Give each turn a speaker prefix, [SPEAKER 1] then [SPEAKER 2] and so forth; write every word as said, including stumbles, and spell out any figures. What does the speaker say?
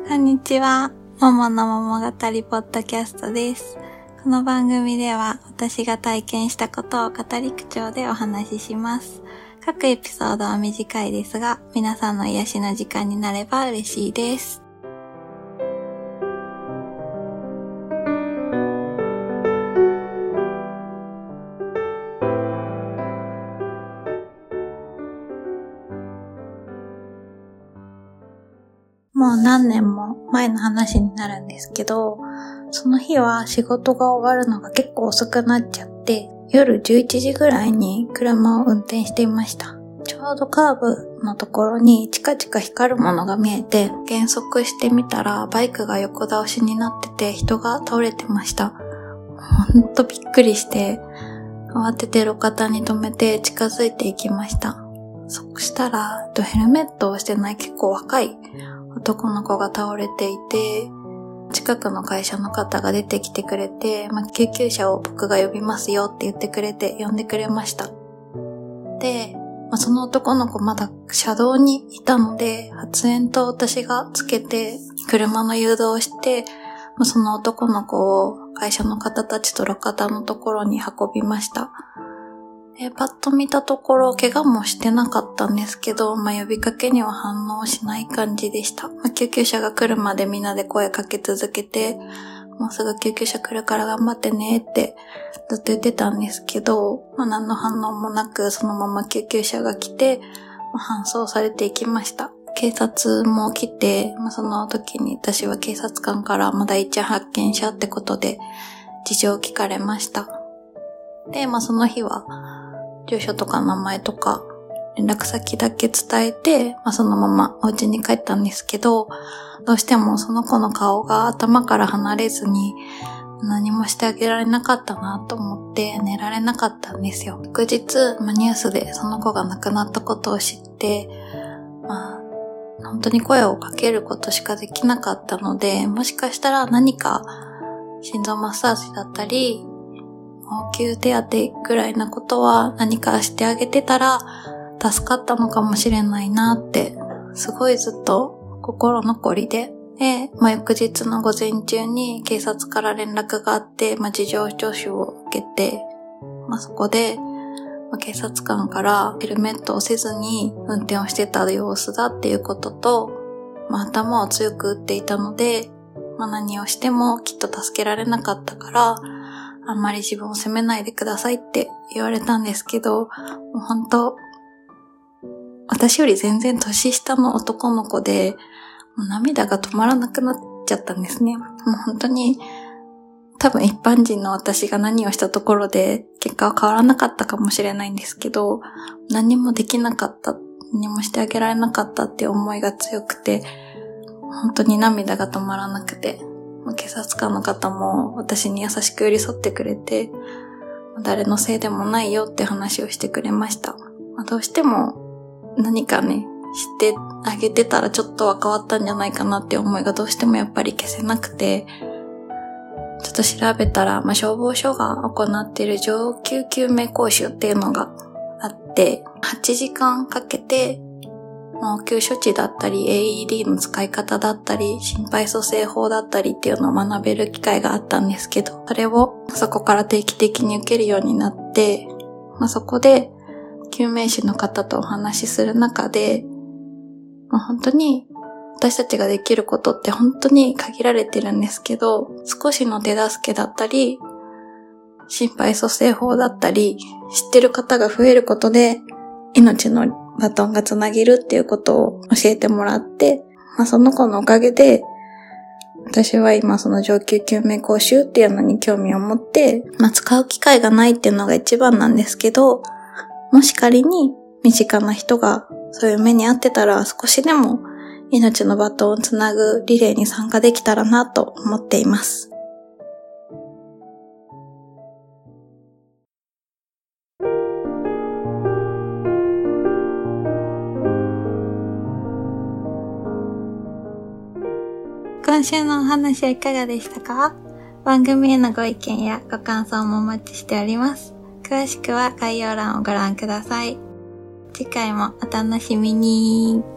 [SPEAKER 1] こんにちは。ももの桃語りポッドキャストです。この番組では私が体験したことを語り口調でお話しします。各エピソードは短いですが、皆さんの癒しの時間になれば嬉しいです。もう何年も前の話になるんですけど、その日は仕事が終わるのが結構遅くなっちゃって、夜じゅういちじぐらいに車を運転していました。ちょうどカーブのところにチカチカ光るものが見えて、減速してみたらバイクが横倒しになってて人が倒れてました。ほんとびっくりして、慌てて路肩に止めて近づいていきました。そしたら、ヘルメットをしてない結構若い男の子が倒れていて、近くの会社の方が出てきてくれて、まあ、救急車を僕が呼びますよって言ってくれて呼んでくれました。で、まあ、その男の子まだ車道にいたので、発煙筒を私がつけて車の誘導をして、まあ、その男の子を会社の方たちと路肩のところに運びました。でパッと見たところ怪我もしてなかったんですけど、まあ、呼びかけには反応しない感じでした。まあ、救急車が来るまでみんなで声かけ続けて、もうすぐ救急車来るから頑張ってねってずっと言ってたんですけど、まあ、何の反応もなくそのまま救急車が来て、まあ、搬送されていきました。警察も来て、まあ、その時に私は警察官からまあ第一発見者ってことで事情を聞かれました。で、まあ、その日は住所とか名前とか連絡先だけ伝えて、まあ、そのままお家に帰ったんですけど、どうしてもその子の顔が頭から離れずに何もしてあげられなかったなと思って寝られなかったんですよ。翌日、まあ、ニュースでその子が亡くなったことを知って、まあ、本当に声をかけることしかできなかったので、もしかしたら何か心臓マッサージだったり、応急手当ぐらいなことは何かしてあげてたら助かったのかもしれないなって、すごいずっと心残りで。で、まあ、翌日の午前中に警察から連絡があって、まあ、事情聴取を受けて、まあ、そこで、まあ、警察官からヘルメットをせずに運転をしてた様子だっていうことと、まあ、頭を強く打っていたので、まあ、何をしてもきっと助けられなかったから、あんまり自分を責めないでくださいって言われたんですけど、もう本当、私より全然年下の男の子で、もう涙が止まらなくなっちゃったんですね。もう本当に、多分一般人の私が何をしたところで結果は変わらなかったかもしれないんですけど、何もできなかった、何もしてあげられなかったって思いが強くて、本当に涙が止まらなくて、警察官の方も私に優しく寄り添ってくれて、誰のせいでもないよって話をしてくれました。まあ、どうしても何かね、してあげてたらちょっとは変わったんじゃないかなって思いがどうしてもやっぱり消せなくて、ちょっと調べたら、まあ、消防署が行っている上級救命講習っていうのがあって、はちじかんかけて応急処置だったり エーイーディー の使い方だったり心肺蘇生法だったりっていうのを学べる機会があったんですけど、それをそこから定期的に受けるようになって、まあ、そこで救命士の方とお話しする中で、まあ、本当に私たちができることって本当に限られてるんですけど、少しの手助けだったり心肺蘇生法だったり知ってる方が増えることで命のバトンがつなげるっていうことを教えてもらって、まあ、その子のおかげで、私は今その上級救命講習っていうのに興味を持って、まあ、使う機会がないっていうのが一番なんですけど、もし仮に身近な人がそういう目に遭ってたら少しでも命のバトンをつなぐリレーに参加できたらなと思っています。今週のお話はいかがでしたか？番組へのご意見やご感想もお待ちしております。詳しくは概要欄をご覧ください。次回もお楽しみに。